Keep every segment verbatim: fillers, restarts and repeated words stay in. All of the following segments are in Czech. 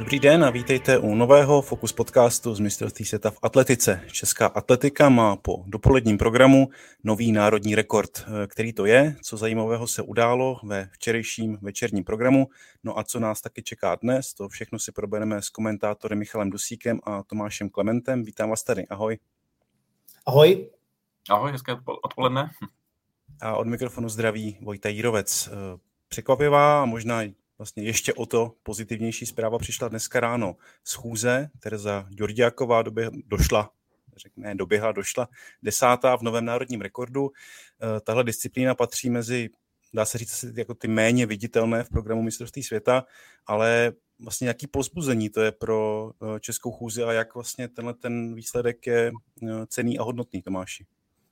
Dobrý den a vítejte u nového Focus podcastu z mistrovství světa v atletice. Česká atletika má po dopoledním programu nový národní rekord. Který to je, co zajímavého se událo ve včerejším večerním programu, no a co nás taky čeká dnes, to všechno si probereme s komentátorem Michalem Dusíkem a Tomášem Klementem. Vítám vás tady, ahoj. Ahoj. Ahoj, hezké odpoledne. A od mikrofonu zdraví Vojta Jírovec. Překvapivá a možná vlastně ještě o to pozitivnější zpráva přišla dneska ráno. Schůze Tereza Ďorďáková době, došla, řekne, doběhla, došla desátá v novém národním rekordu. Tahle disciplína patří mezi, dá se říct, jako ty méně viditelné v programu mistrovství světa, ale vlastně nějaký povzbuzení to je pro českou chůzi a jak vlastně tenhle ten výsledek je cenný a hodnotný, Tomáši.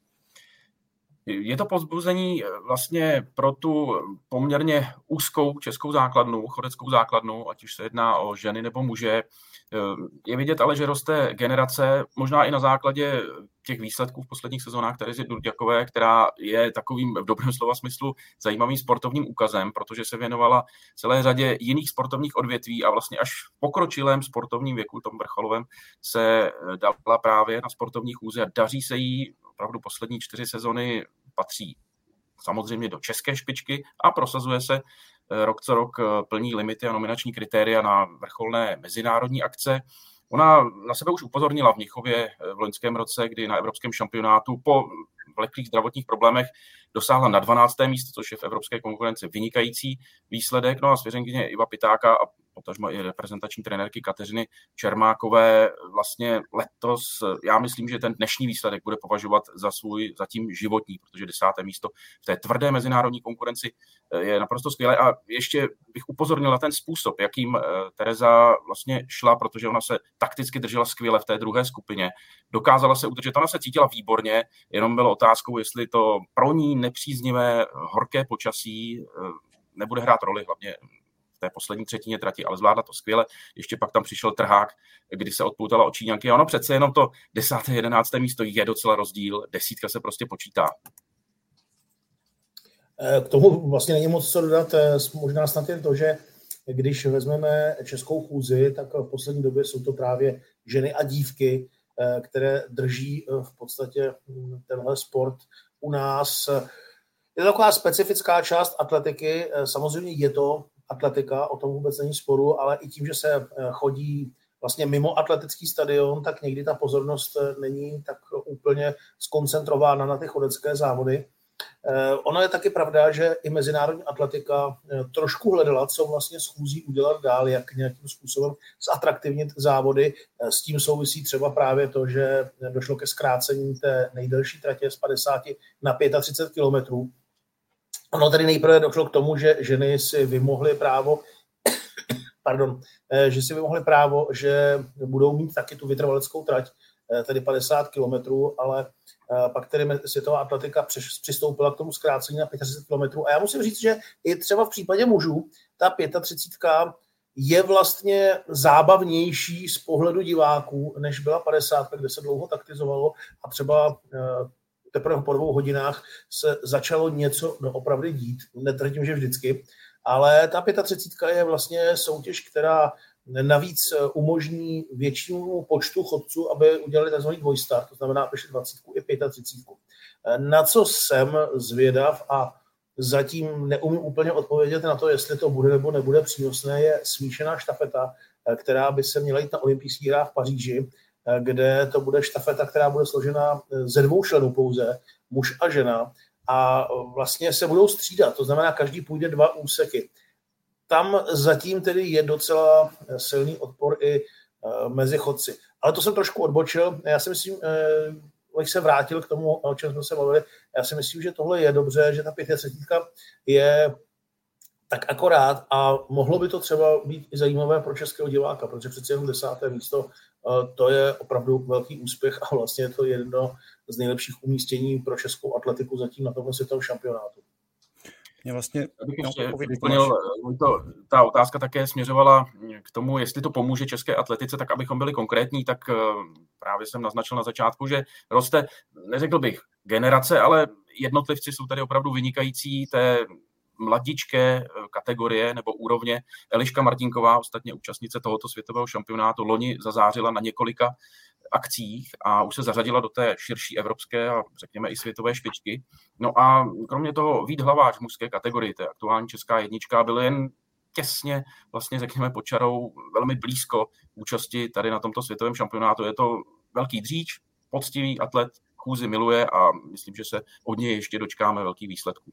Je to povzbuzení vlastně pro tu poměrně úzkou českou základnu, chodeckou základnu, ať už se jedná o ženy nebo muže. Je vidět ale, že roste generace, možná i na základě těch výsledků v posledních sezónách Terezy Ďorďákové, která je takovým v dobrém slova smyslu zajímavým sportovním úkazem, protože se věnovala celé řadě jiných sportovních odvětví a vlastně až v pokročilém sportovním věku, tom vrcholovém, se dala právě na sportovní chůzi a daří se jí opravdu poslední čtyři sezony patří samozřejmě do české špičky a prosazuje se rok co rok, plní limity a nominační kritéria na vrcholné mezinárodní akce. Ona na sebe už upozornila v Mnichově v loňském roce, kdy na evropském šampionátu po vleklých zdravotních problémech dosáhla na dvanácté místo, což je v evropské konkurenci vynikající výsledek. No a svěřenkyně Iva Pitáka a potažmo i reprezentační trenérky Kateřiny Čermákové vlastně letos, já myslím, že ten dnešní výsledek bude považovat za svůj zatím životní, protože desáté místo v té tvrdé mezinárodní konkurenci je naprosto skvělé. A ještě bych upozornil na ten způsob, jakým Tereza vlastně šla, protože ona se takticky držela skvěle v té druhé skupině. Dokázala se udržet, ona se cítila výborně, jenom bylo otázkou, jestli to pro ní nepříznivé horké počasí nebude hrát roli, hlavně v té poslední třetině trati, ale zvládla to skvěle. Ještě pak tam přišel trhák, kdy se odpoutala od Číňanky. A ono přece jenom to desáté, jedenácté místo je docela rozdíl. Desítka se prostě počítá. K tomu vlastně není moc co dodat. Možná snad jen to, že když vezmeme českou chůzi, tak v poslední době jsou to právě ženy a dívky, které drží v podstatě tenhle sport u nás. Je to taková specifická část atletiky. Samozřejmě je to atletika, o tom vůbec není sporu, ale i tím, že se chodí vlastně mimo atletický stadion, tak někdy ta pozornost není tak úplně skoncentrována na ty chodecké závody. Ono je taky pravda, že i mezinárodní atletika trošku hledala, co vlastně s chůzí udělat dál, jak nějakým způsobem zatraktivnit závody. S tím souvisí třeba právě to, že došlo ke zkrácení té nejdelší tratě z padesáti na třicet pět kilometrů. Ono tedy nejprve došlo k tomu, že ženy si vymohly právo, pardon, že si vymohly právo, že budou mít taky tu vytrvaleckou trať, tedy padesát kilometrů, ale pak tedy světová atletika přistoupila k tomu zkrácení na třicet pět kilometrů. A já musím říct, že i třeba v případě mužů ta třicet pět je vlastně zábavnější z pohledu diváků, než byla padesát, kde se dlouho taktizovalo a třeba teprve po dvou hodinách se začalo něco opravdu dít. Netvrdím, že vždycky, ale ta třicet pět je vlastně soutěž, která navíc umožní většímu počtu chodců, aby udělali tzv. Dvojstart, to znamená přišli dvacet i třicet pět. Na co jsem zvědav a zatím neumím úplně odpovědět na to, jestli to bude nebo nebude přínosné, je smíšená štafeta, která by se měla jít na olympijský hrách v Paříži, kde to bude štafeta, která bude složena ze dvou členů pouze, muž a žena, a vlastně se budou střídat, to znamená, každý půjde dva úseky. Tam zatím tedy je docela silný odpor i mezi chodci. Ale to jsem trošku odbočil. Já si myslím, když se vrátil k tomu, o čem jsme se bavili, já si myslím, že tohle je dobře, že ta třicet pět je tak akorát a mohlo by to třeba být i zajímavé pro českého diváka, protože přeci jenom desáté místo, to je opravdu velký úspěch a vlastně je to jedno z nejlepších umístění pro českou atletiku zatím na tomhle světovém šampionátu. Mě vlastně vyplnil, to, ta otázka také směřovala k tomu, jestli to pomůže české atletice, tak abychom byli konkrétní, tak právě jsem naznačil na začátku, že roste, neřekl bych generace, ale jednotlivci jsou tady opravdu vynikající, té mladičké kategorie nebo úrovně. Eliška Martinková, ostatně účastnice tohoto světového šampionátu, loni zazářila na několika akcích a už se zařadila do té širší evropské a řekněme i světové špičky. No a kromě toho Vít Hlaváč v mužské kategorii, to je aktuální česká jednička, byl jen těsně, vlastně řekněme pod čarou, velmi blízko účasti tady na tomto světovém šampionátu. Je to velký dříč, poctivý atlet, chůzi miluje a myslím, že se od něj ještě dočkáme velký výsledků.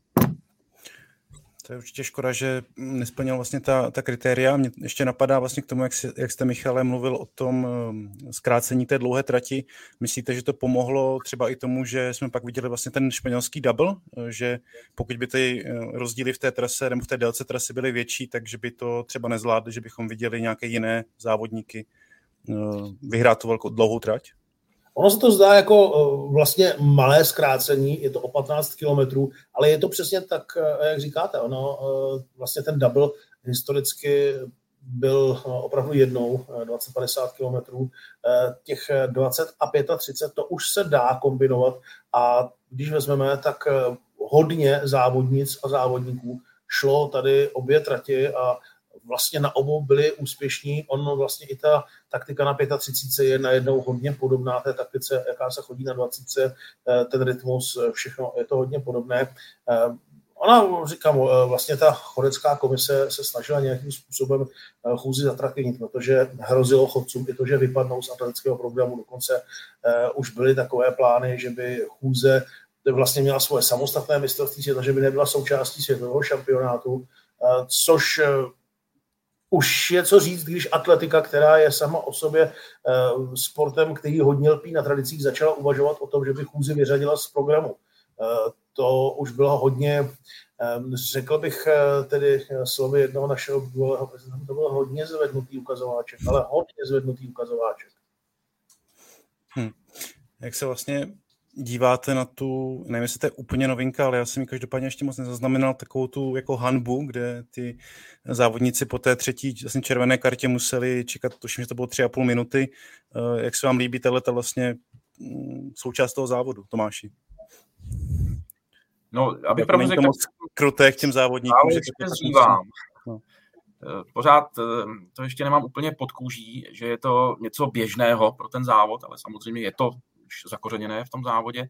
To je určitě škoda, že nesplnil vlastně ta, ta kritéria. Mě ještě napadá vlastně k tomu, jak, si, jak jste, Michale, mluvil o tom zkrácení té dlouhé trati. Myslíte, že to pomohlo třeba i tomu, že jsme pak viděli vlastně ten španělský double, že pokud by ty rozdíly v té trase nebo v té délce trasy byly větší, takže by to třeba nezvládli, že bychom viděli nějaké jiné závodníky vyhrát tu velkou dlouhou trať? Ono se to zdá jako vlastně malé zkrácení, je to o patnáct kilometrů, ale je to přesně tak, jak říkáte. Ono vlastně ten double historicky byl opravdu jednou dvacet padesát kilometrů. Těch dvacet a třicet pět, to už se dá kombinovat a když vezmeme, tak hodně závodnic a závodníků šlo tady obě trati a vlastně na obou byli úspěšní. On vlastně i ta taktika na třicet pět je najednou hodně podobná té taktice, jaká se chodí na dvacet, ten rytmus, všechno je to hodně podobné. Ona, říkám, vlastně ta chodecká komise se snažila nějakým způsobem chůzi zatraktivnit, protože hrozilo chodcům i to, že vypadnou z atletického programu. Dokonce už byly takové plány, že by chůze vlastně měla svoje samostatné mistrovství světa, že by nebyla součástí světového šampionátu, což už je co říct, když atletika, která je sama o sobě uh, sportem, který hodně lpí na tradicích, začala uvažovat o tom, že by chůzi vyřadila z programu. Uh, to už bylo hodně, um, řekl bych uh, tedy slovy jednoho našeho bývalého prezidenta, to byl hodně zvednutý ukazováček, ale hodně zvednutý ukazováček. Hmm. Jak se vlastně díváte na tu, nevím, jestli to je úplně novinka, ale já jsem ji každopádně ještě moc nezaznamenal, takovou tu jako hanbu, kde ty závodníci po té třetí vlastně červené kartě museli čekat, tuším, že to bylo tři a půl minuty. Jak se vám líbí tato vlastně součást toho závodu, Tomáši? No, aby pravdu řekl, moc kruté k těm závodníkům. Že to zřívám. No. Pořád to ještě nemám úplně pod kůží, že je to něco běžného pro ten závod, ale samozřejmě je to zakořeněné v tom závodě.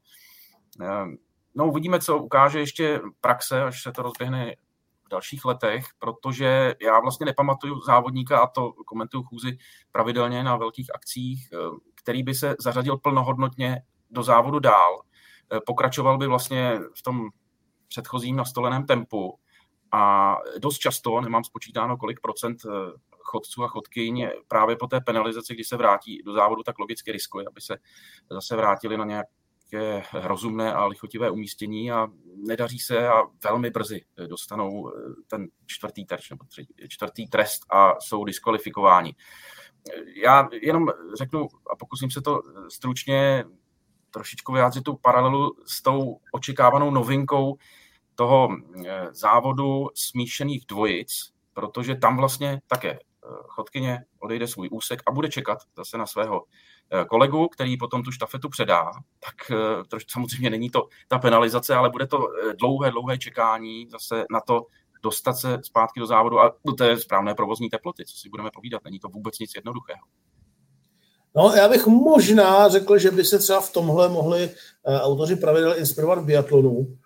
No, uvidíme, co ukáže ještě praxe, až se to rozběhne v dalších letech, protože já vlastně nepamatuju závodníka, a to komentuju chůzi pravidelně na velkých akcích, který by se zařadil plnohodnotně do závodu dál. Pokračoval by vlastně v tom předchozím nastoleném tempu a dost často, nemám spočítáno kolik procent chodců a chodkyň právě po té penalizaci, když se vrátí do závodu, tak logicky riskuje, aby se zase vrátili na nějaké rozumné a lichotivé umístění a nedaří se a velmi brzy dostanou ten čtvrtý terč nebo třetí, čtvrtý trest a jsou diskvalifikováni. Já jenom řeknu a pokusím se to stručně trošičku vyjádřit tu paralelu s tou očekávanou novinkou toho závodu smíšených dvojic, protože tam vlastně také chodkyně odejde svůj úsek a bude čekat zase na svého kolegu, který potom tu štafetu předá. Tak to samozřejmě není to ta penalizace, ale bude to dlouhé, dlouhé čekání zase na to dostat se zpátky do závodu a do té správné provozní teploty, co si budeme povídat. Není to vůbec nic jednoduchého. No, já bych možná řekl, že by se třeba v tomhle mohli autoři pravidel inspirovat v biatlonu.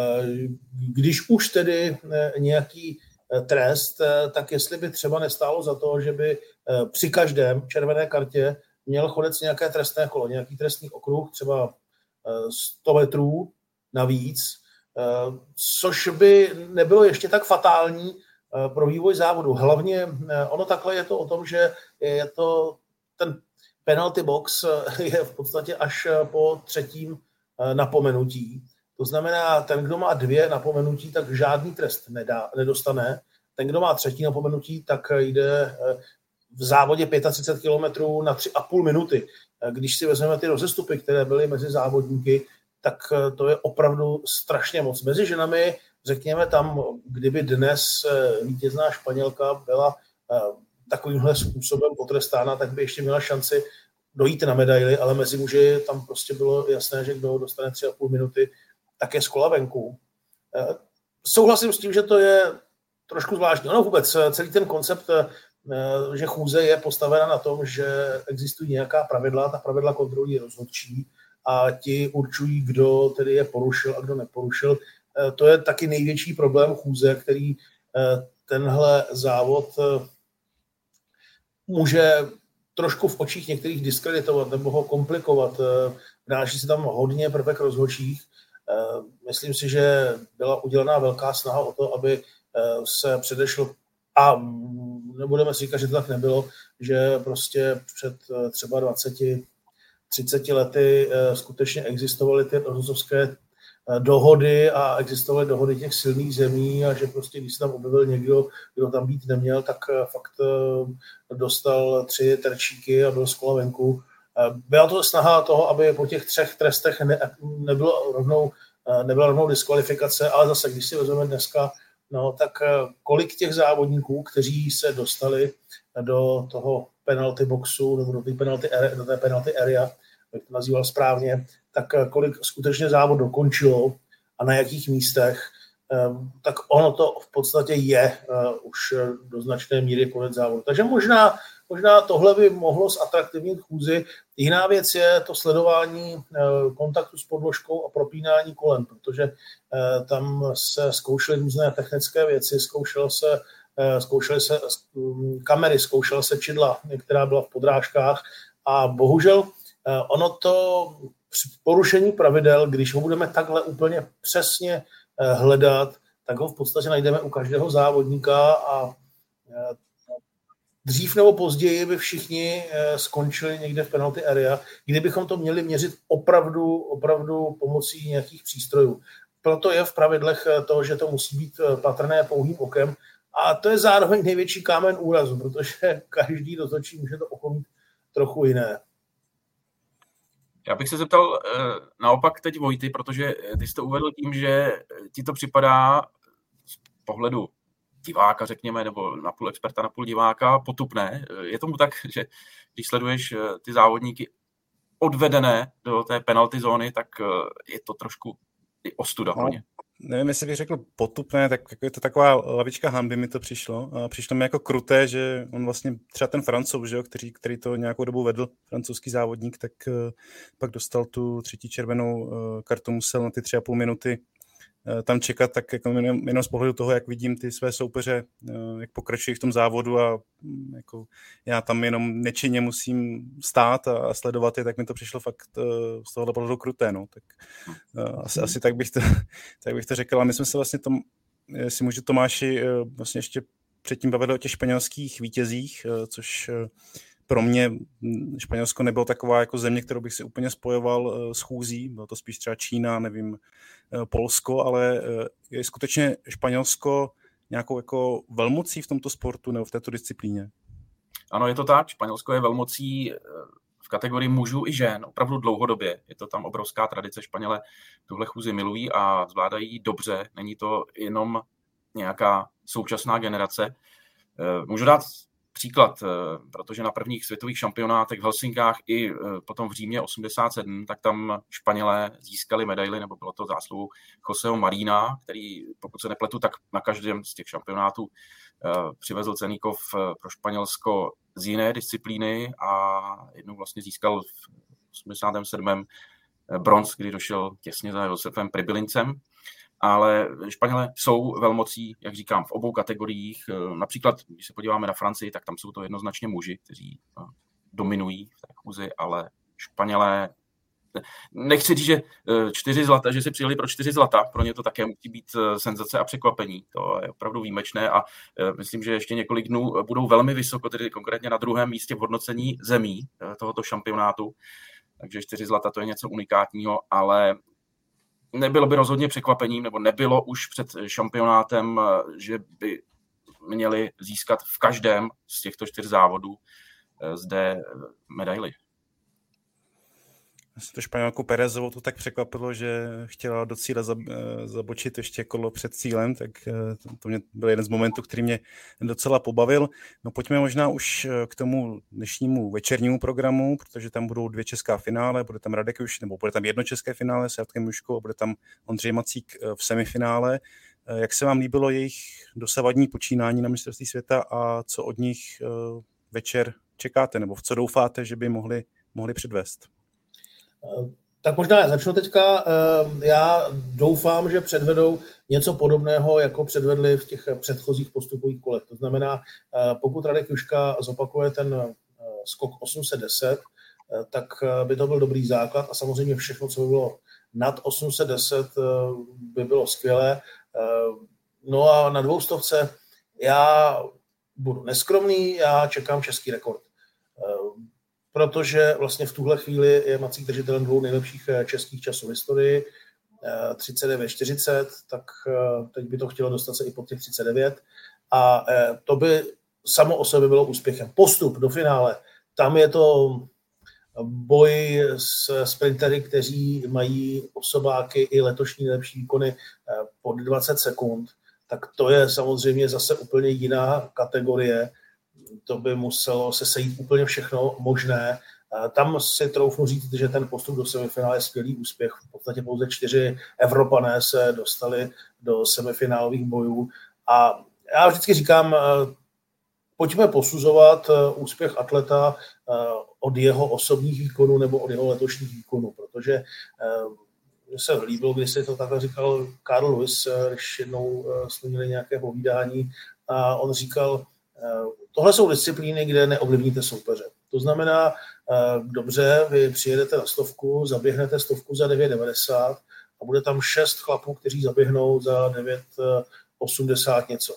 Když už tedy nějaký trest, tak jestli by třeba nestálo za to, že by při každém červené kartě měl chodec nějaké trestné kolo, nějaký trestný okruh, třeba sto metrů navíc, což by nebylo ještě tak fatální pro vývoj závodu. Hlavně ono takhle je to o tom, že je to ten penalty box je v podstatě až po třetím napomenutí. To znamená, ten, kdo má dvě napomenutí, tak žádný trest nedá, nedostane. Ten, kdo má třetí napomenutí, tak jde v závodě třicet pět kilometrů na tři a půl minuty. Když si vezmeme ty rozestupy, které byly mezi závodníky, tak to je opravdu strašně moc. Mezi ženami, řekněme tam, kdyby dnes vítězná Španělka byla takovýmhle způsobem potrestána, tak by ještě měla šanci dojít na medaili, ale mezi muži tam prostě bylo jasné, že kdo dostane tři a půl minuty, tak je z kola venku. souhlasím s tím, že to je trošku zvláštní. Ono vůbec celý ten koncept, že chůze je postavena na tom, že existují nějaká pravidla, ta pravidla kontrolují rozhodčí a ti určují, kdo tedy je porušil a kdo neporušil. To je taky největší problém chůze, který tenhle závod může trošku v očích některých diskreditovat nebo ho komplikovat. Vnáší se tam hodně prvek rozhodčích. Myslím si, že byla udělaná velká snaha o to, aby se předešlo, a nebudeme si říkat, že to tak nebylo, že prostě před třeba dvaceti třiceti lety skutečně existovaly ty rozhodcovské dohody a existovaly dohody těch silných zemí a že prostě, když se tam objevil někdo, kdo tam být neměl, tak fakt dostal tři terčíky a byl z kola venku. Byla to snaha toho, aby po těch třech trestech ne, nebylo rovnou, nebyla rovnou diskvalifikace, ale zase, když si vezmeme dneska, no tak kolik těch závodníků, kteří se dostali do toho penalty boxu nebo do té penalty, do té penalty area, jak to nazýval správně, tak kolik skutečně závod dokončilo a na jakých místech, tak ono to v podstatě je už do značné míry konec závodu. Takže možná, možná tohle by mohlo zatraktivnit chůzi. Jiná věc je to sledování kontaktu s podložkou a propínání kolem, protože tam se zkoušely různé technické věci, zkoušelo se, zkoušely se kamery, zkoušela se čidla, která byla v podrážkách a bohužel ono to porušení pravidel, když ho budeme takhle úplně přesně hledat, tak ho v podstatě najdeme u každého závodníka a dřív nebo později by všichni skončili někde v penalty area, kdybychom to měli měřit opravdu, opravdu pomocí nějakých přístrojů. Proto je v pravidlech to, že to musí být patrné pouhým okem a to je zároveň největší kámen úrazu, protože každý rozhodčí může to oko mít trochu jiné. Já bych se zeptal naopak teď Vojty, protože ty jsi to uvedl tím, že ti to připadá z pohledu diváka, řekněme, nebo napůl experta, napůl diváka, potupné. Je tomu tak, že když sleduješ ty závodníky odvedené do té penalty zóny, tak je to trošku i ostuda pro ně. Nevím, jestli bych řekl potupné, tak jako je to taková lavička hanby mi to přišlo. A přišlo mi jako kruté, že on vlastně třeba ten Francouz, že jo, který, který to nějakou dobu vedl, francouzský závodník, tak uh, pak dostal tu třetí červenou uh, kartu, musel na ty tři a půl minuty uh, tam čekat, tak jako jenom, jenom z pohledu toho, jak vidím ty své soupeře, uh, jak pokračují v tom závodu a um, jako já tam jenom nečinně musím stát a, a sledovat je, tak mi to přišlo fakt uh, z tohohle pohledu kruté, no, tak uh, asi, asi tak bych to, tak bych to řekl. A my jsme se vlastně tom, jestli můžu Tomáši, uh, vlastně ještě předtím bavili o těch španělských vítězích, uh, což uh, pro mě Španělsko nebylo taková jako země, kterou bych si úplně spojoval uh, s chůzí, bylo to spíš třeba Čína, nevím, uh, Polsko, ale uh, je skutečně Španělsko nějakou jako velmocí v tomto sportu nebo v této disciplíně? Ano, je to tak. Španělsko je velmocí v kategorii mužů i žen opravdu dlouhodobě. Je to tam obrovská tradice. Španělé tuhle chůzi milují a zvládají dobře. Není to jenom nějaká současná generace. Můžu dát příklad, protože na prvních světových šampionátech v Helsinkách i potom v Římě osmdesát sedm, tak tam Španělé získali medaili, nebo bylo to zásluhou Joseho Marína, který, pokud se nepletu, tak na každém z těch šampionátů přivezl cenný kov pro Španělsko z jiné disciplíny a jednou vlastně získal v osmdesátém sedmém bronz, kdy došel těsně za Josefem Pribylincem. Ale Španělé jsou velmocí, jak říkám, v obou kategoriích. Například, když se podíváme na Francii, tak tam jsou to jednoznačně muži, kteří dominují v té chůzi, ale Španělé, nechci říct, že čtyři zlata, že si přijeli pro čtyři zlata, pro ně to také musí být senzace a překvapení. To je opravdu výjimečné a myslím, že ještě několik dnů budou velmi vysoko, tedy konkrétně na druhém místě v hodnocení zemí tohoto šampionátu. Takže čtyři zlata to je něco unikátního, ale nebylo by rozhodně překvapením, nebo nebylo už před šampionátem, že by měli získat v každém z těchto čtyř závodů zde medaily. To Španělku Perezovou to tak překvapilo, že chtěla do cíle zabočit ještě kolo před cílem, tak to mě byl jeden z momentů, který mě docela pobavil. No pojďme možná už k tomu dnešnímu večernímu programu, protože tam budou dvě česká finále, bude tam Radek už, nebo bude tam jedno české finále s Radkem Juškou a bude tam Ondřej Macík v semifinále. Jak se vám líbilo jejich dosavadní počínání na mistrovství světa a co od nich večer čekáte, nebo v co doufáte, že by mohli, mohli předvést? Tak možná já začnu teďka. Já doufám, že předvedou něco podobného, jako předvedli v těch předchozích postupových kolech. To znamená, pokud Radek Juška zopakuje ten skok osm set deset, tak by to byl dobrý základ a samozřejmě všechno, co by bylo nad osm set deset, by bylo skvělé. No a na dvoustovce já budu neskromný, já čekám český rekord. Protože vlastně v tuhle chvíli je Macík držitelem dvou nejlepších českých časů v historii, třicet devět čtyřicet, tak teď by to chtělo dostat se i pod těch třicet devět a to by samo o sobě bylo úspěchem. Postup do finále, tam je to boj s sprintery, kteří mají osobáky i letošní nejlepší výkony pod dvacet sekund, tak to je samozřejmě zase úplně jiná kategorie. To by muselo se sejít úplně všechno možné. Tam si troufnu říct, že ten postup do semifinále je skvělý úspěch. V podstatě pouze čtyři Evropané se dostali do semifinálových bojů. A já vždycky říkám, pojďme posuzovat úspěch atleta od jeho osobních výkonů nebo od jeho letošních výkonů, protože mně se líbilo, když se to takhle říkal Carl Lewis, když jednou jsme měli nějaké povídání a on říkal, tohle jsou disciplíny, kde neovlivníte soupeře. To znamená, dobře, vy přijedete na stovku, zaběhnete stovku za devět devadesát a bude tam šest chlapů, kteří zaběhnou za devět osmdesát něco.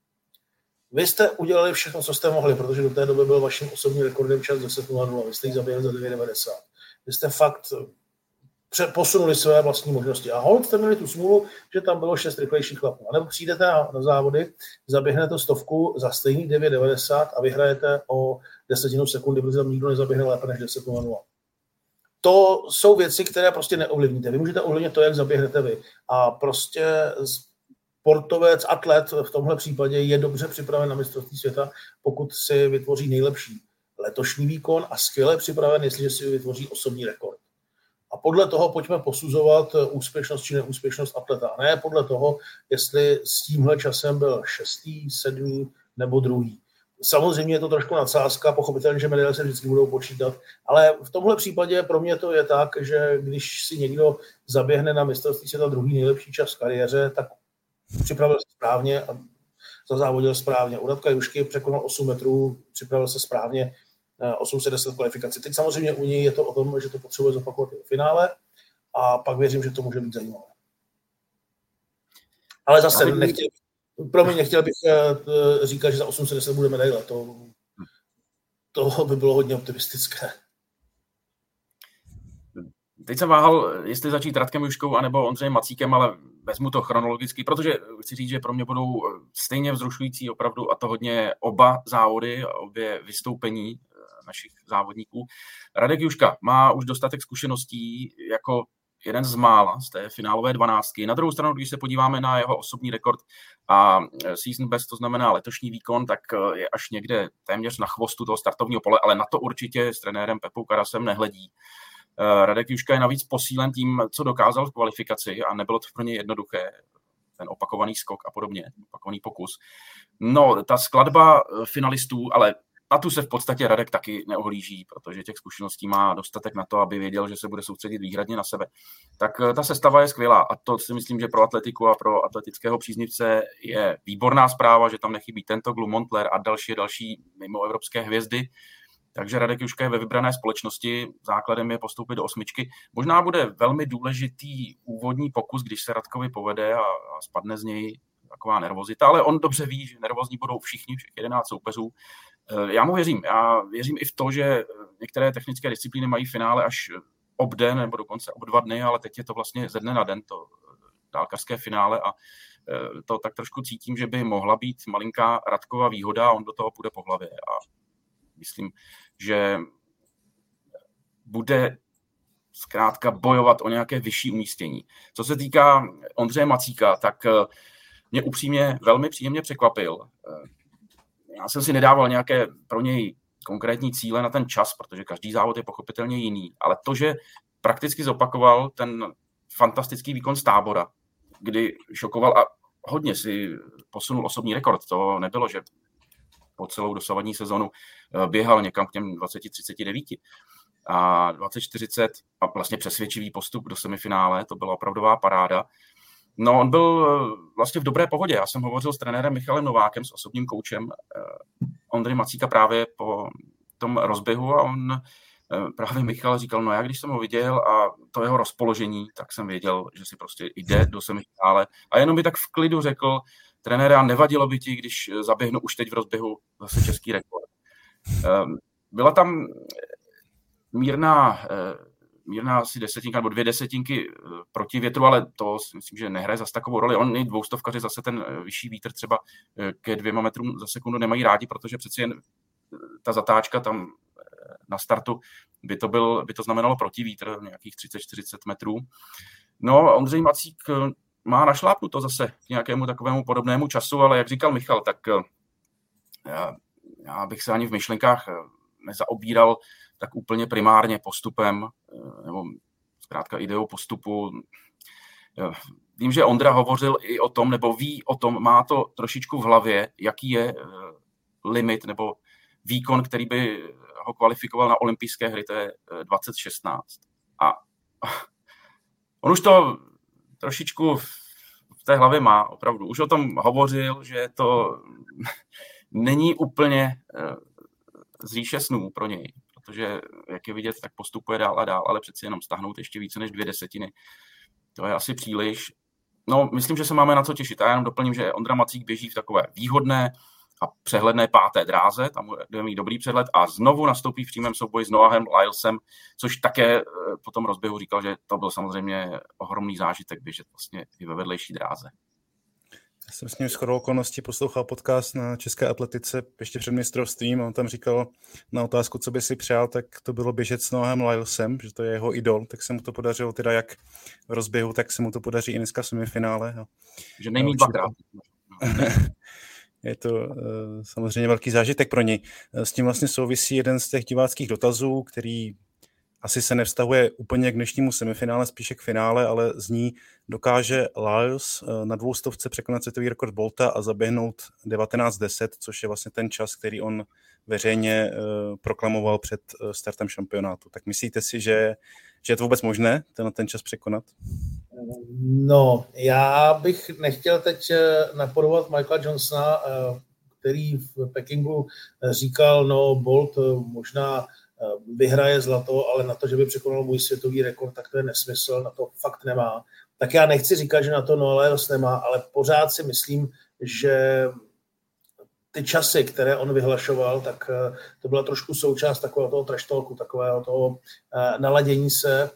Vy jste udělali všechno, co jste mohli, protože do té doby byl vaším osobním rekordem čas deset nula nula. Vy jste ji zaběhli za devět devadesát. Vy jste fakt posunuli své vlastní možnosti. A hold jste měli tu smůlu, že tam bylo šest rychlejších chlapů. A nebo přijdete na, na závody, zaběhnete stovku za stejných devět devadesát a vyhrajete o desetinu sekundy, protože tam nikdo nezaběhne lépe než deset nula nula. To jsou věci, které prostě neovlivníte. Vy můžete ovlivnit to, jak zaběhnete vy. A prostě sportovec, atlet v tomhle případě je dobře připraven na mistrovství světa, pokud si vytvoří nejlepší letošní výkon a skvěle připraven, jestliže si vytvoří osobní rekord. A podle toho pojďme posuzovat úspěšnost či neúspěšnost atleta. Ne podle toho, jestli s tímhle časem byl šestý, sedmý nebo druhý. Samozřejmě je to trošku nadsázka, pochopitelně, že medaile se vždycky budou počítat, ale v tomhle případě pro mě to je tak, že když si někdo zaběhne na mistrovství světa druhý nejlepší čas v kariéře, tak připravil se správně a zazávodil správně. U Radka Jušky překonal osm metrů, připravil se správně, osm set deset kvalifikaci. Teď samozřejmě u něj je to o tom, že to potřebuje zopakovat v finále a pak věřím, že to může být zajímavé. Ale zase nechtěl, pro mě nechtěl bych říkat, že za osm set deset bude medaile. To, to by bylo hodně optimistické. Teď jsem váhal, jestli začít Radkem Juškou anebo Ondřejem Macíkem, ale vezmu to chronologicky, protože chci říct, že pro mě budou stejně vzrušující opravdu a to hodně oba závody, obě vystoupení našich závodníků. Radek Juška má už dostatek zkušeností jako jeden z mála z té finálové dvanáctky. Na druhou stranu, když se podíváme na jeho osobní rekord a season best, to znamená letošní výkon, tak je až někde téměř na chvostu toho startovního pole, ale na to určitě s trenérem Pepou Karasem nehledí. Radek Juška je navíc posílen tím, co dokázal v kvalifikaci a nebylo to pro ně jednoduché, ten opakovaný skok a podobně, opakovaný pokus. No, ta skladba finalistů, ale na tu se v podstatě Radek taky neohlíží, protože těch zkušeností má dostatek na to, aby věděl, že se bude soustředit výhradně na sebe. Tak ta sestava je skvělá a to si myslím, že pro atletiku a pro atletického příznivce je výborná zpráva, že tam nechybí tento Glum Montler a další další mimoevropské hvězdy. Takže Radek Juška je ve vybrané společnosti, základem je postoupit do osmičky. Možná bude velmi důležitý úvodní pokus, když se Radkovi povede a, a spadne z něj taková nervozita, ale on dobře ví, že nervózní budou všichni, všech jedenáct soupeřů. Já mu věřím. Já věřím i v to, že některé technické disciplíny mají finále až obden nebo dokonce ob dva dny, ale teď je to vlastně ze dne na den, to dálkařské finále a to tak trošku cítím, že by mohla být malinká Radkova výhoda a on do toho půjde po hlavě a myslím, že bude zkrátka bojovat o nějaké vyšší umístění. Co se týká Ondřeje Macíka, tak mě upřímně velmi příjemně překvapil. Já jsem si nedával nějaké pro něj konkrétní cíle na ten čas, protože každý závod je pochopitelně jiný, ale to, že prakticky zopakoval ten fantastický výkon z Tábora, kdy šokoval a hodně si posunul osobní rekord. To nebylo, že po celou dosavadní sezonu běhal někam k těm dvacet třicet devět a dvacet čtyřicet a vlastně přesvědčivý postup do semifinále, to byla opravdová paráda. No, on byl vlastně v dobré pohodě. Já jsem hovořil s trenérem Michalem Novákem, s osobním koučem Ondry Macíka právě po tom rozběhu a on právě Michal říkal, no já když jsem ho viděl a to jeho rozpoložení, tak jsem věděl, že si prostě jde do semifinále a jenom by tak v klidu řekl, trenére, a nevadilo by ti, když zaběhnu už teď v rozběhu zase český rekord. Byla tam mírná, mírná asi desetinka nebo dvě desetinky proti větru, ale to si myslím, že nehraje zase takovou roli. Oni dvoustovkaři zase ten vyšší vítr třeba ke dvěma metrům za sekundu nemají rádi, protože přeci jen ta zatáčka tam na startu by to, byl, by to znamenalo protivítr nějakých třicet čtyřicet metrů. No, Ondřej Macík má našlápnuto zase k nějakému takovému podobnému času, ale jak říkal Michal, tak já, já bych se ani v myšlenkách nezaobíral tak úplně primárně postupem, nebo zkrátka ideou postupu. Vím, že Ondra hovořil i o tom, nebo ví o tom, má to trošičku v hlavě, jaký je limit nebo výkon, který by ho kvalifikoval na olympijské hry, to je dvacet šestnáct. A on už to trošičku v té hlavě má, opravdu. Už o tom hovořil, že to není úplně z říše snů pro něj, protože, jak je vidět, tak postupuje dál a dál, ale přeci jenom stáhnout ještě více než dvě desetiny. To je asi příliš. No, myslím, že se máme na co těšit. A já jenom doplním, že Ondra Macík běží v takové výhodné a přehledné páté dráze, tam bude mít dobrý přehled a znovu nastoupí v přímém souboji s Noahem Lylesem, což také po tom rozběhu říkal, že to byl samozřejmě ohromný zážitek běžet vlastně i ve vedlejší dráze. Já jsem s ním shodou okolností poslouchal podcast na České atletice ještě před mistrovstvím a on tam říkal na otázku, co by si přál, tak to bylo běžet s Noahem Lylesem, že to je jeho idol, tak se mu to podařilo teda jak v rozběhu, tak se mu to podaří i dneska v semifinále. Že nejmí dvakrát. Je to uh, samozřejmě velký zážitek pro něj. S tím vlastně souvisí jeden z těch diváckých dotazů, který asi se nevztahuje úplně k dnešnímu semifinále, spíše k finále, ale z ní dokáže Lyles na dvoustovce překonat světový rekord Bolta a zaběhnout devatenáct deset, což je vlastně ten čas, který on veřejně uh, proklamoval před uh, startem šampionátu. Tak myslíte si, že, že je to vůbec možné, ten, ten čas překonat? No, já bych nechtěl teď napodobovat Michaela Johnsona, který v Pekingu říkal, no Bolt možná vyhraje zlato, ale na to, že by překonal můj světový rekord, tak to je nesmysl, na to fakt nemá. Tak já nechci říkat, že na to Noah Lyles nemá, ale pořád si myslím, že ty časy, které on vyhlašoval, tak to byla trošku součást takového toho trash talku, takového toho naladění se.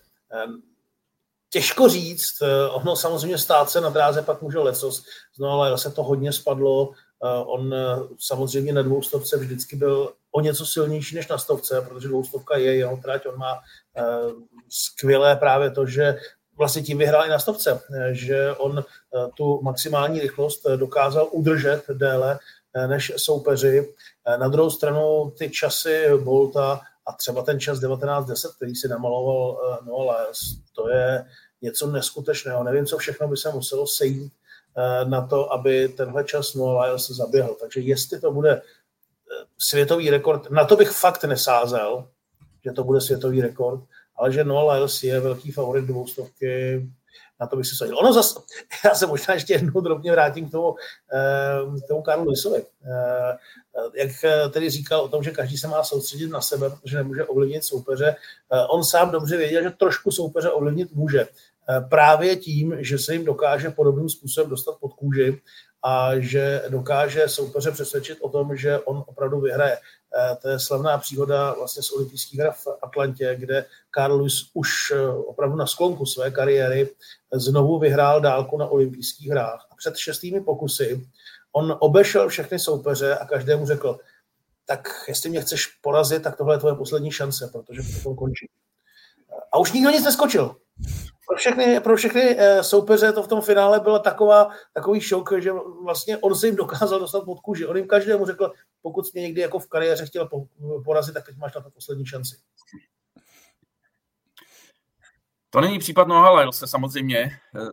Těžko říct, ono samozřejmě stát se na dráze pak může lecos, no ale se to hodně spadlo, on samozřejmě na dvoustovce vždycky byl o něco silnější než na stovce, protože dvoustovka je jeho trať, on má skvělé právě to, že vlastně tím vyhrál i na stovce, že on tu maximální rychlost dokázal udržet déle než soupeři. Na druhou stranu ty časy Bolta a třeba ten čas devatenáct deset, který si namaloval Noah Lyles, to je něco neskutečného. Nevím, co všechno by se muselo sejít na to, aby tenhle čas Noah Lyles zaběhl. Takže jestli to bude světový rekord, na to bych fakt nesázel, že to bude světový rekord, ale že Noah Lyles je velký favorit dvoustovky, na to bych si sadil. Ono zase, já se možná ještě jednou drobně vrátím k tomu, k tomu Carlu Lewisovi. Jak tedy říkal o tom, že každý se má soustředit na sebe, protože nemůže ovlivnit soupeře. On sám dobře věděl, že trošku soupeře ovlivnit může. Právě tím, že se jim dokáže podobným způsobem dostat pod kůži a že dokáže soupeře přesvědčit o tom, že on opravdu vyhraje. To je slavná příhoda vlastně z olympijských her v Atlantě, kde Carl Lewis už opravdu na sklonku své kariéry znovu vyhrál dálku na olympijských hrách. A před šestými pokusy on obešel všechny soupeře a každému řekl, tak jestli mě chceš porazit, tak tohle je tvoje poslední šance, protože potom končí. A už nikdo nic neskočil. Pro všechny, pro všechny soupeře to v tom finále byla taková, takový šok, že vlastně on se jim dokázal dostat pod kůži. On jim každému řekl, pokud jsi mě někdy jako v kariéře chtěl porazit, tak teď máš na to poslední šanci. To není případ Noaha Lylese samozřejmě.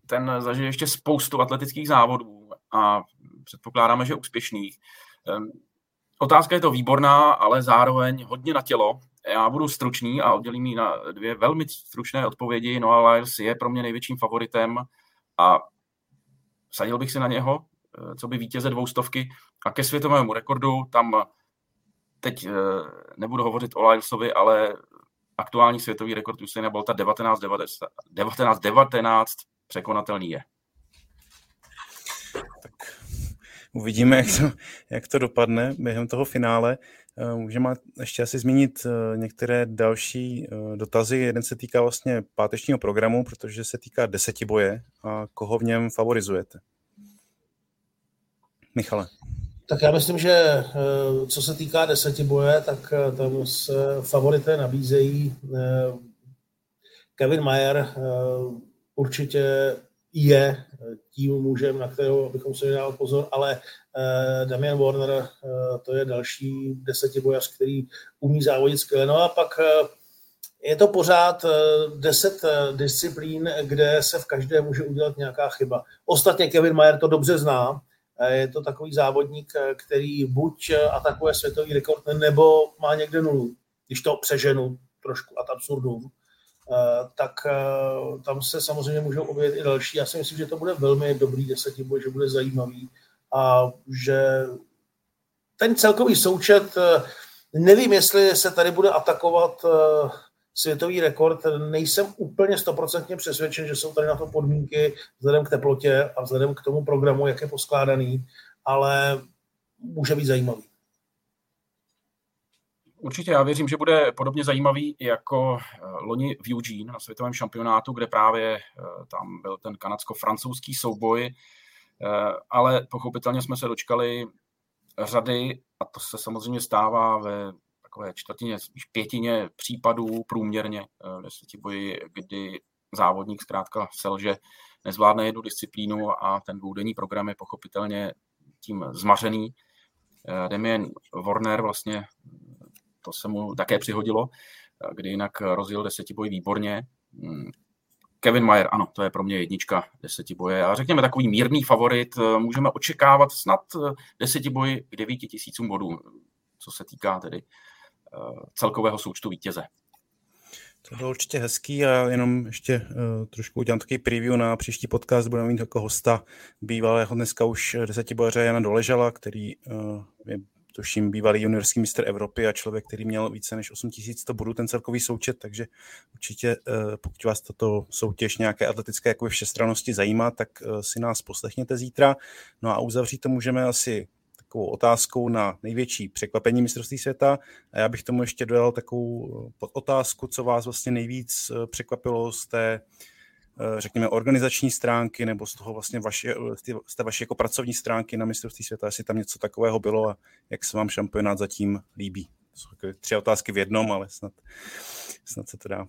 ten zažije ještě spoustu atletických závodů a předpokládáme, že úspěšných. Otázka je to výborná, ale zároveň hodně na tělo. Já budu stručný a oddělím ji na dvě velmi stručné odpovědi. Noah Lyles je pro mě největším favoritem a sadil bych si na něho, co by vítěze dvoustovky. A ke světovému rekordu tam teď nebudu hovořit o Lylesovi, ale aktuální světový rekord Usaina Bolta devatenáct devatenáct překonatelný je. Tak uvidíme, jak to, jak to dopadne během toho finále. Můžeme ještě asi zmínit některé další dotazy. Jeden se týká vlastně pátečního programu, protože se týká desetiboje a koho v něm favorizujete. Michale. Tak já myslím, že co se týká desetiboje, tak tam se favorité nabízejí. Kevin Mayer určitě je tím mužem, na kterého bychom se dali pozor, ale Damian Warner to je další desetibojař, který umí závodit skvěle. No a pak je to pořád deset disciplín, kde se v každé může udělat nějaká chyba. Ostatně Kevin Mayer to dobře zná. Je to takový závodník, který buď atakuje světový rekord, nebo má někde nulu. Když to přeženu trošku ad absurdum, tak tam se samozřejmě můžou objevit i další. Já si myslím, že to bude velmi dobrý desetiboj, že bude zajímavý a že ten celkový součet, nevím, jestli se tady bude atakovat světový rekord, nejsem úplně stoprocentně přesvědčen, že jsou tady na to podmínky vzhledem k teplotě a vzhledem k tomu programu, jak je poskládaný, ale může být zajímavý. Určitě, já věřím, že bude podobně zajímavý jako loni v Eugene na světovém šampionátu, kde právě tam byl ten kanadsko-francouzský souboj, ale pochopitelně jsme se dočkali řady, a to se samozřejmě stává ve takové čtvrtině, spíš pětině případů průměrně v desetiboji, kdy závodník zkrátka selže, nezvládne jednu disciplínu a ten dvoudenní program je pochopitelně tím zmařený. Damian Warner vlastně, to se mu také přihodilo, kdy jinak rozjel desetiboj výborně. Kevin Mayer, ano, to je pro mě jednička desetiboje. A řekněme takový mírný favorit, můžeme očekávat snad desetiboj k devíti tisícům bodů, co se týká tedy celkového součtu vítěze. To bylo určitě hezký a jenom ještě uh, trošku udělám takový preview na příští podcast. Budeme mít jako hosta bývalého dneska už desetibojaře Jana Doležala, který uh, je tuším bývalý juniorský mistr Evropy a člověk, který měl více než osm tisíc sto bodů ten celkový součet, takže určitě uh, pokud vás tato soutěž nějaké atletické jakoby všestrannosti zajímá, tak uh, si nás poslechněte zítra. No a uzavřít to můžeme asi takovou otázkou na největší překvapení mistrovství světa. A já bych tomu ještě dodal takovou otázku, co vás vlastně nejvíc překvapilo z té, řekněme, organizační stránky nebo z toho vlastně vaše, z té vaší jako pracovní stránky na mistrovství světa, jestli tam něco takového bylo a jak se vám šampionát zatím líbí. To jsou takové tři otázky v jednom, ale snad, snad se to dá.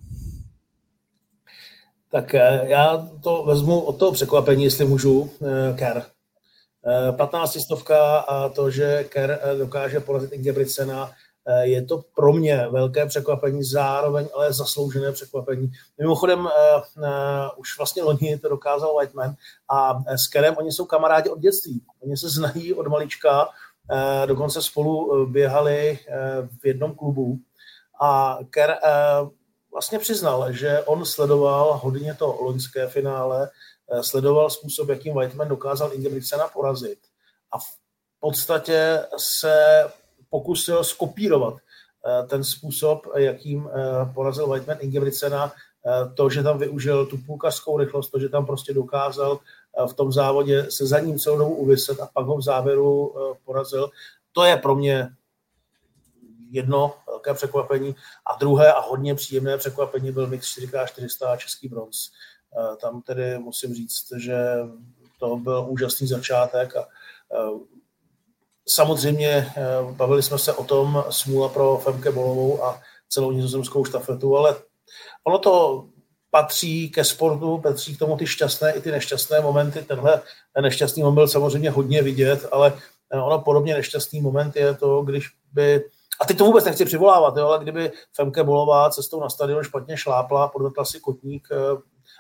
Tak já to vezmu od toho překvapení, jestli můžu, Kerr. patnáctistovka a to, že Kerr dokáže porazit Ingebrigtsena, je to pro mě velké překvapení, zároveň ale zasloužené překvapení. Mimochodem, uh, uh, už vlastně loni to dokázal Whiteman a s Kerrem oni jsou kamarádi od dětství. Oni se znají od malička, uh, dokonce spolu běhali uh, v jednom klubu a Kerr uh, vlastně přiznal, že on sledoval hodně to loňské finále, sledoval způsob, jakým Whiteman dokázal Ingebrigtsena porazit a v podstatě se pokusil skopírovat ten způsob, jakým porazil Whiteman Ingebrigtsena, to, že tam využil tu půlkařskou rychlost, to, že tam prostě dokázal v tom závodě se za ním celou dobu uviset a pak ho v závěru porazil, to je pro mě jedno velké překvapení a druhé a hodně příjemné překvapení byl mix čtyři krát čtyři sta a český bronz. Tam tedy musím říct, že to byl úžasný začátek a samozřejmě bavili jsme se o tom, smůla pro Femke Bolovou a celou nizozemskou štafetu, ale ono to patří ke sportu, patří k tomu ty šťastné i ty nešťastné momenty. Tenhle nešťastný moment byl samozřejmě hodně vidět, ale ono podobně nešťastný moment je to, když by, a teď to vůbec nechci přivolávat, jo, ale kdyby Femke Bolová cestou na stadion špatně šlápla, podvetla si kotník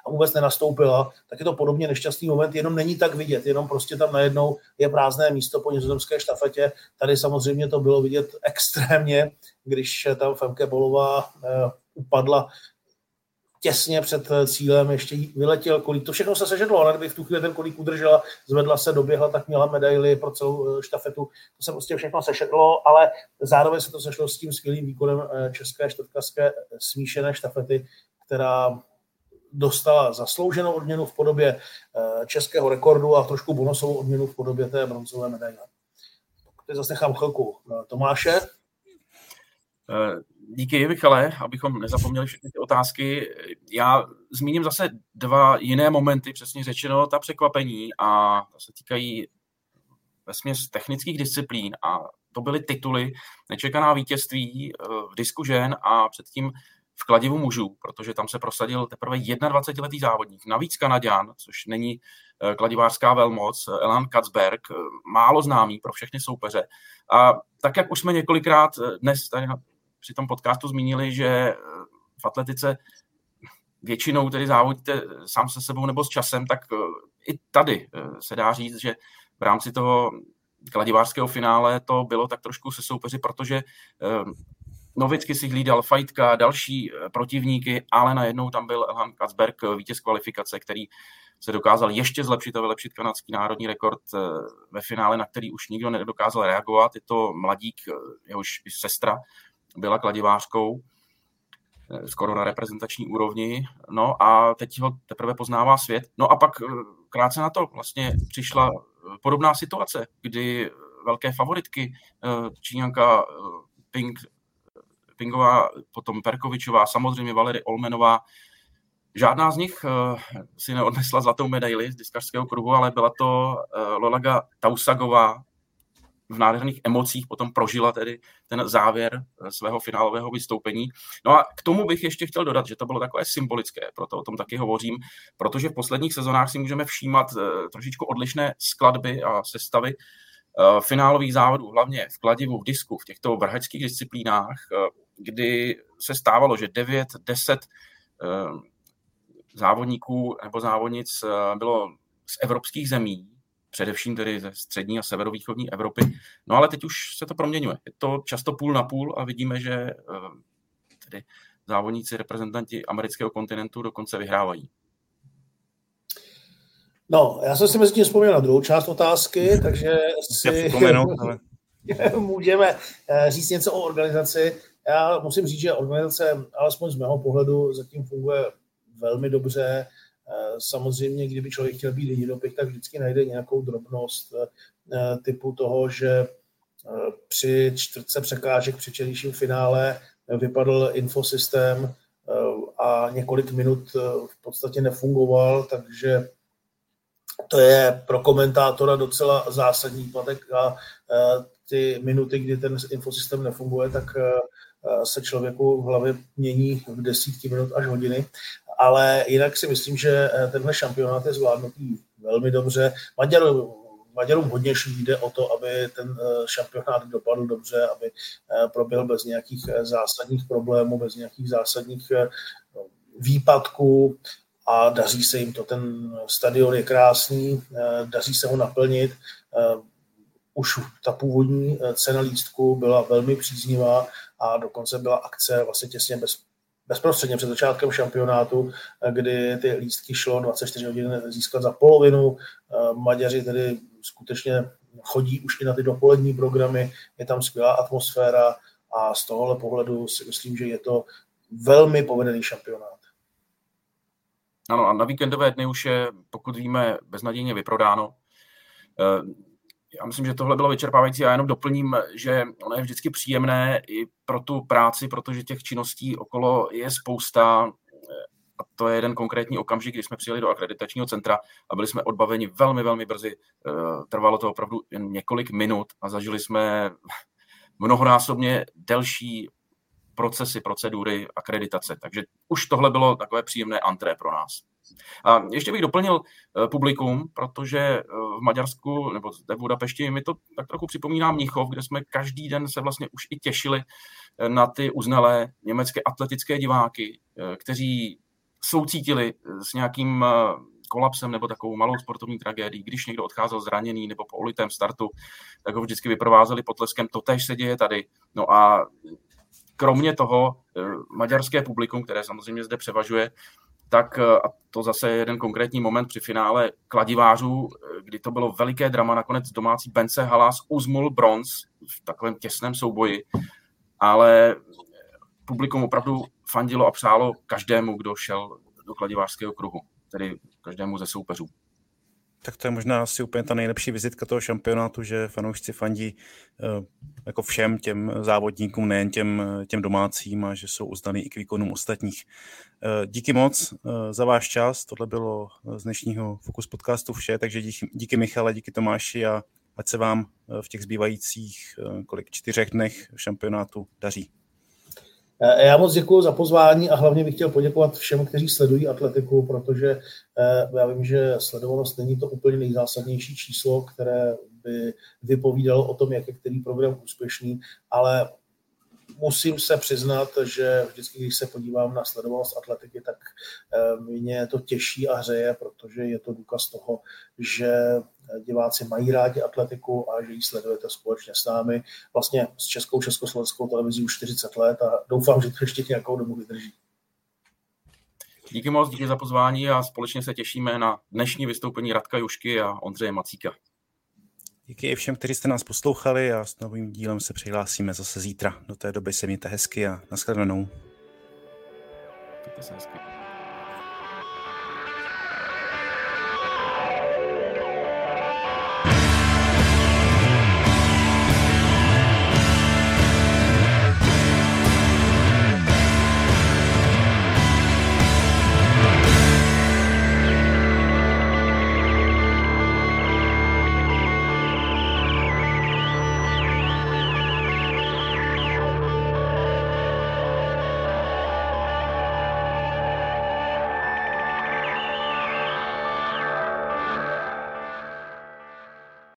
a vůbec nenastoupila, tak je to podobně nešťastný moment, jenom není tak vidět, jenom prostě tam najednou je prázdné místo po nizozemské štafetě. Tady samozřejmě to bylo vidět extrémně, když tam Femke Bolová eh, upadla těsně před cílem, ještě vyletěl kolík. To všechno se sežedlo, ale kdyby v tu chvíli ten kolík udržela, zvedla se, doběhla, tak měla medaili pro celou štafetu. To se prostě všechno sešedlo, ale zároveň se to sešlo s tím skvělým výkonem české čtvrtkařské smíšené štafety, která dostala zaslouženou odměnu v podobě českého rekordu a trošku bonusovou odměnu v podobě té bronzové medaile. Teď zase nechám chvilku Tomáše. Díky, Michale, abychom nezapomněli všechny ty otázky. Já zmíním zase dva jiné momenty, přesně řečeno, ta překvapení, a to se týkají vesměs technických disciplín, a to byly tituly, nečekaná vítězství v disku žen a předtím v kladivu mužů, protože tam se prosadil teprve dvacetijednoletý závodník, navíc Kanaďan, což není kladivářská velmoc, Elan Katzberg, málo známý pro všechny soupeře. A tak, jak už jsme několikrát dnes tady při tom podcastu zmínili, že v atletice většinou tedy závodíte sám se sebou nebo s časem, tak i tady se dá říct, že v rámci toho kladivářského finále to bylo tak trošku se soupeři, protože Novicky si hlídal Fajtka, další protivníky, ale najednou tam byl Elan Katzberg, vítěz kvalifikace, který se dokázal ještě zlepšit a vylepšit kanadský národní rekord ve finále, na který už nikdo nedokázal reagovat. Je to mladík, jehož sestra byla kladivářkou, skoro na reprezentační úrovni, no a teď ho teprve poznává svět. No a pak krátce na to vlastně přišla podobná situace, kdy velké favoritky, Číňanka Ping, Pingová, potom Perkovičová, samozřejmě Valery Olmenová, žádná z nich si neodnesla zlatou medaili z diskařského kruhu, ale byla to Lolaga Tausagová, v nádherných emocích potom prožila tedy ten závěr svého finálového vystoupení. No a k tomu bych ještě chtěl dodat, že to bylo takové symbolické, proto o tom taky hovořím, protože v posledních sezonách si můžeme všímat trošičku odlišné skladby a sestavy finálových závodů, hlavně v kladivu, v disku, v těchto vrhačských disciplínách, kdy se stávalo, že devět, deset závodníků nebo závodnic bylo z evropských zemí, především tedy ze střední a severovýchodní Evropy. No ale teď už se to proměňuje. Je to často půl na půl a vidíme, že tedy závodníci, reprezentanti amerického kontinentu dokonce vyhrávají. No, já jsem si mezi tím vzpomněl na druhou část otázky, takže si ale... můžeme říct něco o organizaci. Já musím říct, že organizace, alespoň z mého pohledu, zatím funguje velmi dobře. Samozřejmě, kdyby člověk chtěl být jinopich, tak vždycky najde nějakou drobnost typu toho, že při čtvrtce překážek při včerejším finále vypadl infosystém a několik minut v podstatě nefungoval, takže to je pro komentátora docela zásadní patek a ty minuty, kdy ten infosystém nefunguje, tak se člověku v hlavě mění v desítky minut až hodiny. Ale jinak si myslím, že tenhle šampionát je zvládnutý velmi dobře. Maďarům, Maďarům hodně jde o to, aby ten šampionát dopadl dobře, aby proběhl bez nějakých zásadních problémů, bez nějakých zásadních výpadků a daří se jim to. Ten stadion je krásný, daří se ho naplnit. Už ta původní cena lístku byla velmi příznivá a dokonce byla akce vlastně těsně bez bezprostředně před začátkem šampionátu, kdy ty lístky šlo dvacet čtyři hodin získat za polovinu. Maďaři tedy skutečně chodí už i na ty dopolední programy, je tam skvělá atmosféra a z tohohle pohledu si myslím, že je to velmi povedený šampionát. Ano, a na víkendové dny už je, pokud víme, beznadějně vyprodáno. Já myslím, že tohle bylo vyčerpávající a jenom doplním, že ono je vždycky příjemné i pro tu práci, protože těch činností okolo je spousta. A to je jeden konkrétní okamžik, kdy jsme přijeli do akreditačního centra a byli jsme odbaveni velmi, velmi brzy. Trvalo to opravdu jen několik minut a zažili jsme mnohonásobně delší procesy, procedury, akreditace. Takže už tohle bylo takové příjemné antré pro nás. A ještě bych doplnil publikum, protože v Maďarsku nebo v Budapešti mi to tak trochu připomíná Mnichov, kde jsme každý den se vlastně už i těšili na ty uznalé německé atletické diváky, kteří soucítili s nějakým kolapsem nebo takovou malou sportovní tragédií, když někdo odcházel zraněný nebo po ulitém startu, tak ho vždycky vyprovázeli potleskem. Totéž se děje tady. No a kromě toho maďarské publikum, které samozřejmě zde převažuje, tak a to zase je jeden konkrétní moment při finále kladivářů, kdy to bylo veliké drama, nakonec domácí Bence Halas uzmul bronz v takovém těsném souboji, ale publikum opravdu fandilo a přálo každému, kdo šel do kladivářského kruhu, tedy každému ze soupeřů. Tak to je možná asi úplně ta nejlepší vizitka toho šampionátu, že fanoušci fandí jako všem těm závodníkům, nejen těm, těm domácím, a že jsou uzdaný i k výkonům ostatních. Díky moc za váš čas, tohle bylo z dnešního Focus podcastu vše, takže díky, díky Michale, díky Tomáši a ať se vám v těch zbývajících kolik čtyřech dnech šampionátu daří. Já moc děkuji za pozvání a hlavně bych chtěl poděkovat všem, kteří sledují atletiku, protože já vím, že sledovanost není to úplně nejzásadnější číslo, které by vypovídalo o tom, jak je který program úspěšný, ale musím se přiznat, že vždycky, když se podívám na sledovanost atletiky, tak mě to těší a hřeje, protože je to důkaz toho, že diváci mají rádi atletiku a že ji sledujete společně s námi. Vlastně s českou, československou televizí už čtyřicet let a doufám, že to ještě nějakou dobu vydrží. Díky moc, díky za pozvání a společně se těšíme na dnešní vystoupení Radka Jušky a Ondřeje Macíka. Díky i všem, kteří jste nás poslouchali a s novým dílem se přihlásíme zase zítra. Do té doby se mějte hezky a nashledanou. Mějte se hezky.